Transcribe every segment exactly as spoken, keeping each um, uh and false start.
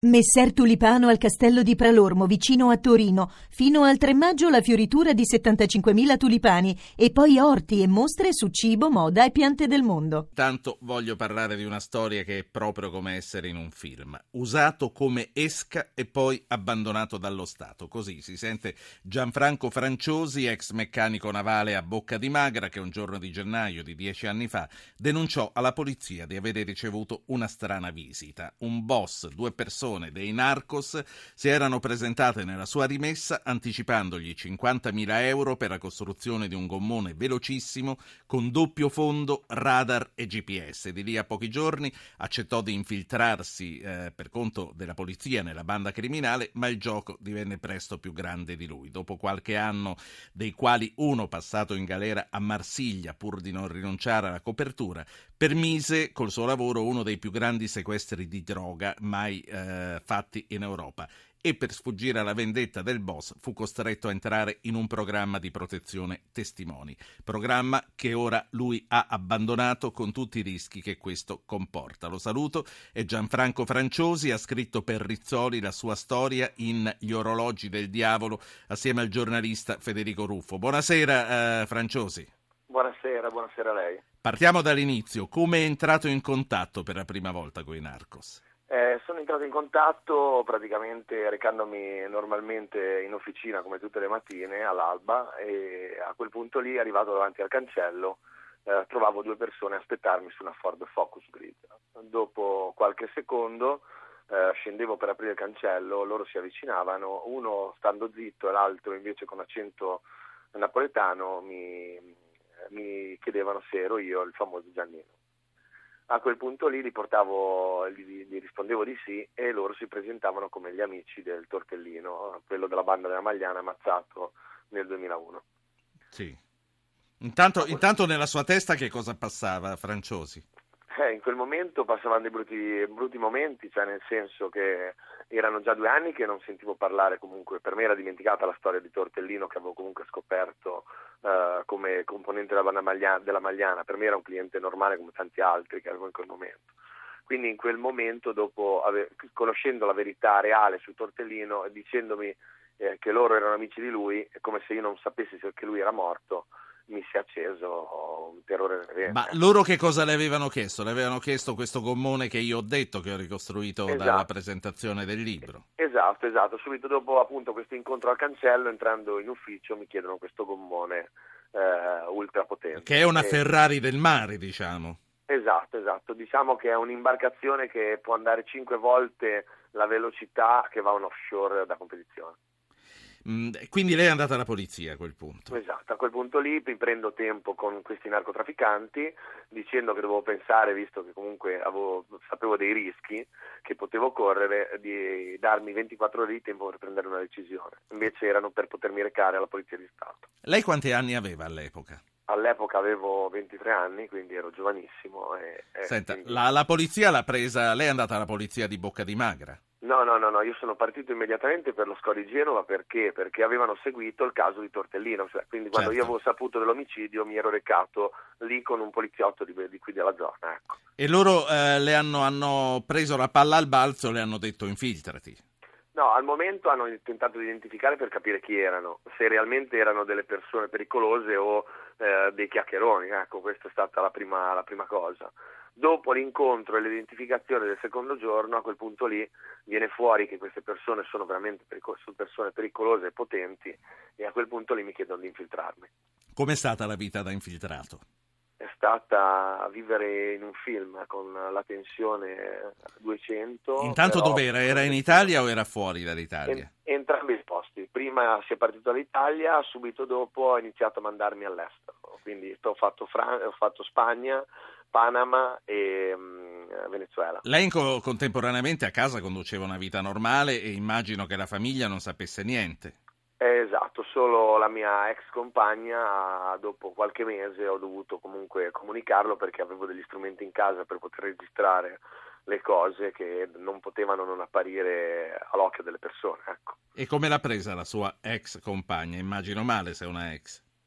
Messer Tulipano al castello di Pralormo, vicino a Torino. Fino al tre maggio la fioritura di settantacinquemila tulipani e poi orti e mostre su cibo, moda e piante del mondo. Tanto voglio parlare di una storia che è proprio come essere in un film. Usato come esca e poi abbandonato dallo Stato. Così si sente Gianfranco Franciosi, ex meccanico navale a Bocca di Magra, che un giorno di gennaio di dieci anni fa denunciò alla polizia di avere ricevuto una strana visita. Un boss, due persone dei narcos si erano presentate nella sua rimessa anticipandogli cinquantamila euro per la costruzione di un gommone velocissimo con doppio fondo, radar e G P S. Di lì a pochi giorni accettò di infiltrarsi eh, per conto della polizia nella banda criminale, ma il gioco divenne presto più grande di lui. Dopo qualche anno, dei quali uno passato in galera a Marsiglia pur di non rinunciare alla copertura, permise col suo lavoro uno dei più grandi sequestri di droga mai eh, fatti in Europa e per sfuggire alla vendetta del boss fu costretto a entrare in un programma di protezione testimoni, programma che ora lui ha abbandonato con tutti i rischi che questo comporta. Lo saluto, è Gianfranco Franciosi, ha scritto per Rizzoli la sua storia in Gli orologi del diavolo assieme al giornalista Federico Ruffo. Buonasera eh, Franciosi. Buonasera, buonasera a lei. Partiamo dall'inizio. Come è entrato in contatto per la prima volta con i narcos? Eh, sono entrato in contatto praticamente recandomi normalmente in officina come tutte le mattine all'alba e a quel punto lì, arrivato davanti al cancello, eh, trovavo due persone a aspettarmi su una Ford Focus Grid. Dopo qualche secondo eh, scendevo per aprire il cancello, loro si avvicinavano, uno stando zitto e l'altro invece con accento napoletano mi, mi chiedevano se ero io il famoso Giannino. A quel punto lì li portavo, gli, gli rispondevo di sì e loro si presentavano come gli amici del Tortellino, quello della banda della Magliana ammazzato nel duemilauno. Sì. Intanto, intanto nella sua testa che cosa passava, Franciosi? Eh, in quel momento passavano dei brutti, brutti momenti, cioè nel senso che erano già due anni che non sentivo parlare, comunque per me era dimenticata la storia di Tortellino che avevo comunque scoperto uh, come componente della banda Magliana, della Magliana. Per me era un cliente normale come tanti altri che avevo in quel momento. Quindi in quel momento, dopo aver, conoscendo la verità reale su Tortellino e dicendomi eh, che loro erano amici di lui, è come se io non sapessi che lui era morto, mi si è acceso un terrore nervoso. Ma loro che cosa le avevano chiesto? Le avevano chiesto questo gommone che io ho detto, che ho ricostruito esatto. dalla presentazione del libro. Esatto, esatto. Subito dopo appunto questo incontro al cancello, entrando in ufficio, mi chiedono questo gommone eh, ultra potente. Che è una e... Ferrari del mare, diciamo. Esatto, esatto. Diciamo che è un'imbarcazione che può andare cinque volte la velocità che va un offshore da competizione. Quindi lei è andata alla polizia a quel punto? Esatto, a quel punto lì mi prendo tempo con questi narcotrafficanti dicendo che dovevo pensare, visto che comunque avevo, sapevo dei rischi che potevo correre, di darmi ventiquattro ore di tempo per prendere una decisione. Invece erano per potermi recare alla Polizia di Stato. Lei quanti anni aveva all'epoca? All'epoca avevo ventitré anni, quindi ero giovanissimo. E, e Senta, quindi... la, la polizia l'ha presa, lei è andata alla polizia di Bocca di Magra? No, no, no, no, io sono partito immediatamente per lo S C O di Genova perché? Perché avevano seguito il caso di Tortellino, cioè, quindi quando certo. io avevo saputo dell'omicidio mi ero recato lì con un poliziotto di, di qui della zona, ecco. E loro eh, le hanno, hanno preso la palla al balzo e le hanno detto infiltrati? No, al momento hanno tentato di identificare per capire chi erano, se realmente erano delle persone pericolose o eh, dei chiacchieroni, ecco, questa è stata la prima, la prima cosa. Dopo l'incontro e l'identificazione del secondo giorno, a quel punto lì viene fuori che queste persone sono veramente pericol- sono persone pericolose e potenti e a quel punto lì mi chiedono di infiltrarmi. Com'è stata la vita da infiltrato? È stata vivere in un film con la tensione duecento. Intanto però... dov'era? Era in Italia o era fuori dall'Italia? En- entrambi i posti. Prima si è partito dall'Italia, subito dopo ho iniziato a mandarmi all'estero. Quindi ho fatto, Fran- ho fatto Spagna, Panama e um, Venezuela. Lei co- contemporaneamente a casa conduceva una vita normale e immagino che la famiglia non sapesse niente. Eh, esatto, solo la mia ex compagna, dopo qualche mese ho dovuto comunque comunicarlo perché avevo degli strumenti in casa per poter registrare le cose che non potevano non apparire all'occhio delle persone, ecco. E come l'ha presa la sua ex compagna? Immagino male se è una ex.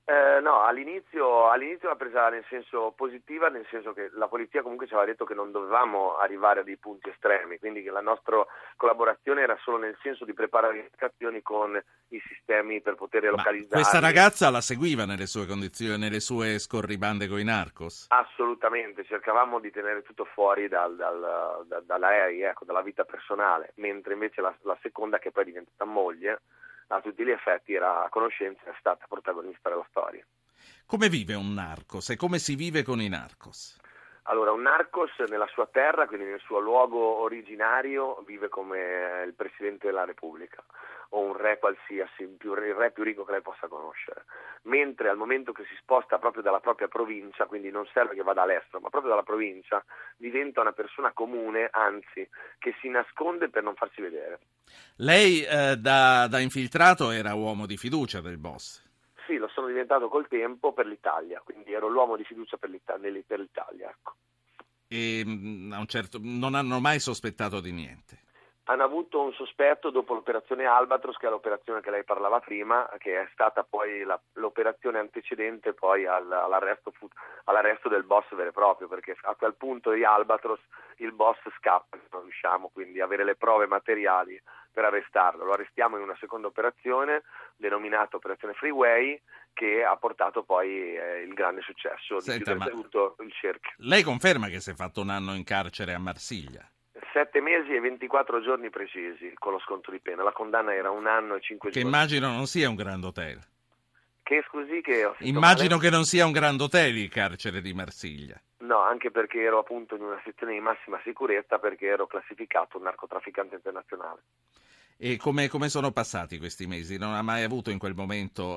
Eh, no, all'inizio, all'inizio l'ha presa nel senso positiva, nel senso che la polizia comunque ci aveva detto che non dovevamo arrivare a dei punti estremi, quindi che la nostra collaborazione era solo nel senso di preparare le indicazioni con i sistemi per poter localizzare. Questa ragazza la seguiva nelle sue condizioni, nelle sue scorribande con i narcos? Assolutamente, cercavamo di tenere tutto fuori dal, dal, da, dall'aerei, ecco, dalla vita personale, mentre invece la, la seconda, che poi è diventata moglie, a tutti gli effetti era a conoscenza, è stata protagonista della storia. Come vive un narcos e come si vive con i narcos? Allora, un narcos nella sua terra, quindi nel suo luogo originario, vive come il Presidente della Repubblica o un re qualsiasi, più, il re più ricco che lei possa conoscere. Mentre al momento che si sposta proprio dalla propria provincia, quindi non serve che vada all'estero, ma proprio dalla provincia, diventa una persona comune, anzi, che si nasconde per non farsi vedere. Lei eh, da, da infiltrato era uomo di fiducia del boss? Sì, lo sono diventato col tempo per l'Italia, quindi ero l'uomo di fiducia per l'Italia, per l'Italia, ecco. E a un certo, non hanno mai sospettato di niente? Hanno avuto un sospetto dopo l'operazione Albatros, che è l'operazione che lei parlava prima, che è stata poi la, l'operazione antecedente poi al, all'arresto, all'arresto del boss vero e proprio, perché a quel punto di Albatros il boss scappa, non riusciamo quindi a avere le prove materiali per arrestarlo. Lo arrestiamo in una seconda operazione denominata Operazione Freeway, che ha portato poi eh, il grande successo di Senta, chiudere ma tutto il cerchio. Lei conferma che si è fatto un anno in carcere a Marsiglia? Sette mesi e ventiquattro giorni precisi con lo sconto di pena. La condanna era un anno e cinque Che giorni. immagino non sia un Grand Hotel. Che scusi che ho sentito Immagino male? che non sia un Grand Hotel il carcere di Marsiglia. No, anche perché ero appunto in una sezione di massima sicurezza, perché ero classificato un narcotrafficante internazionale. E come, come sono passati questi mesi? Non ha mai avuto in quel momento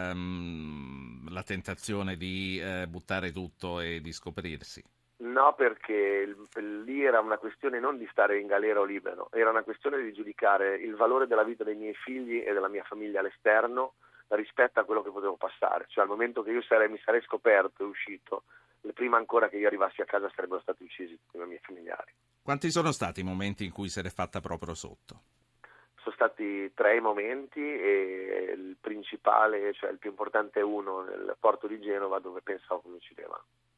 ehm, la tentazione di eh, buttare tutto e di scoprirsi? No, perché il, lì era una questione non di stare in galera o libero, era una questione di giudicare il valore della vita dei miei figli e della mia famiglia all'esterno rispetto a quello che potevo passare. Cioè al momento che io sarei, mi sarei scoperto e uscito, prima ancora che io arrivassi a casa sarebbero stati uccisi tutti i miei familiari. Quanti sono stati i momenti in cui se l'è fatta proprio sotto? Sono stati tre i momenti e il principale, cioè il più importante è uno nel porto di Genova, dove pensavo che mi uccideva.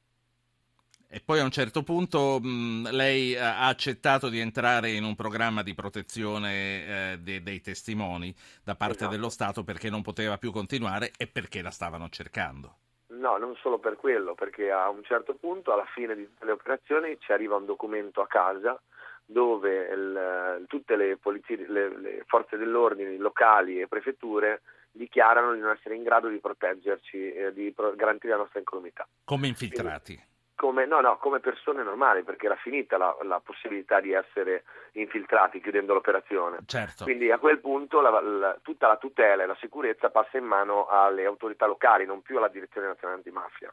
E poi a un certo punto mh, lei ha accettato di entrare in un programma di protezione eh, de- dei testimoni da parte Esatto. dello Stato, perché non poteva più continuare e perché la stavano cercando. No, non solo per quello, perché a un certo punto, alla fine di tutte le operazioni, ci arriva un documento a casa dove il, tutte le, polizie, le, le forze dell'ordine locali e prefetture dichiarano di non essere in grado di proteggerci e di pro- garantire la nostra incolumità. Come infiltrati? Quindi, come, no, no, come persone normali, perché era finita la, la possibilità di essere infiltrati chiudendo l'operazione. Certo. Quindi a quel punto la, la, tutta la tutela e la sicurezza passa in mano alle autorità locali, non più alla Direzione Nazionale Antimafia.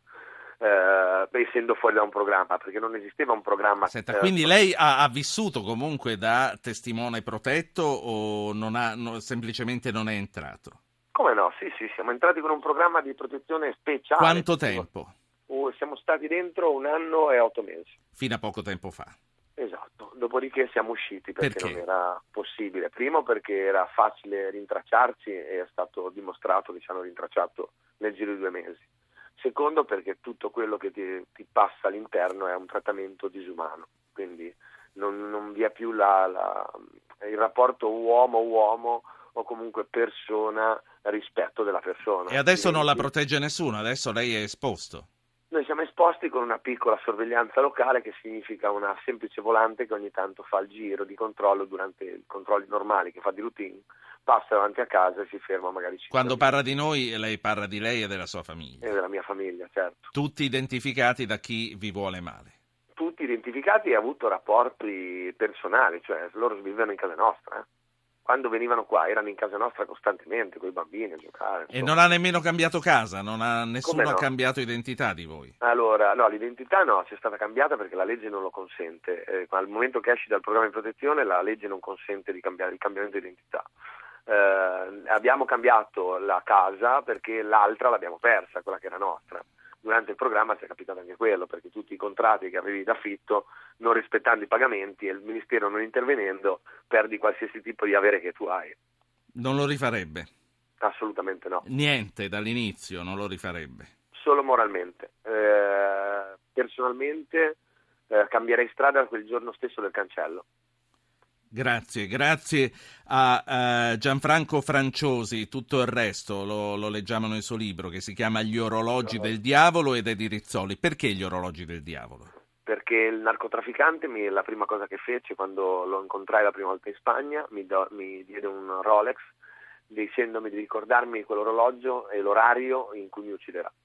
Eh, essendo fuori da un programma, perché non esisteva un programma. Senta, eh, quindi lei ha, ha vissuto comunque da testimone protetto o non ha, no, semplicemente non è entrato? Come no? Sì, sì, siamo entrati con un programma di protezione speciale. Quanto tempo? Uh, siamo stati dentro un anno e otto mesi. Fino a poco tempo fa. Esatto, dopodiché siamo usciti perché, Perché? non era possibile. Primo perché era facile rintracciarci e è stato dimostrato che ci hanno rintracciato nel giro di due mesi. Secondo perché tutto quello che ti, ti passa all'interno è un trattamento disumano, quindi non, non vi è più la, la, il rapporto uomo-uomo o comunque persona rispetto della persona. E adesso non la Quindi, protegge nessuno, adesso lei è esposto. noi siamo esposti con una piccola sorveglianza locale, che significa una semplice volante che ogni tanto fa il giro di controllo durante i controlli normali che fa di routine, passa davanti a casa e si ferma magari cinque Quando minuti. parla di noi, lei parla di lei e della sua famiglia. E della mia famiglia, certo. Tutti identificati da chi vi vuole male. Tutti identificati e avuto rapporti personali, cioè loro vivevano in casa nostra. Eh. Quando venivano qua erano in casa nostra costantemente con i bambini a giocare. E insomma. non ha nemmeno cambiato casa, non ha, nessuno Come no? ha cambiato identità di voi. Allora, no, l'identità no, c'è stata cambiata perché la legge non lo consente. Eh, al momento che esci dal programma di protezione la legge non consente di cambiare il cambiamento di identità. Eh, abbiamo cambiato la casa perché l'altra l'abbiamo persa, quella che era nostra. Durante il programma ci è capitato anche quello, perché tutti i contratti che avevi d'affitto, non rispettando i pagamenti e il Ministero non intervenendo, perdi qualsiasi tipo di avere che tu hai. Non lo rifarebbe? Assolutamente no. Niente dall'inizio, non lo rifarebbe? Solo moralmente. Eh, personalmente eh, cambierei strada quel giorno stesso del cancello. Grazie, grazie a uh, Gianfranco Franciosi. Tutto il resto lo, lo leggiamo nel suo libro che si chiama Gli orologi del diavolo ed è di Rizzoli. Perché gli orologi del diavolo? Perché il narcotrafficante, mi, la prima cosa che fece quando lo incontrai la prima volta in Spagna, mi, do, mi diede un Rolex dicendomi di ricordarmi quell'orologio e l'orario in cui mi ucciderà.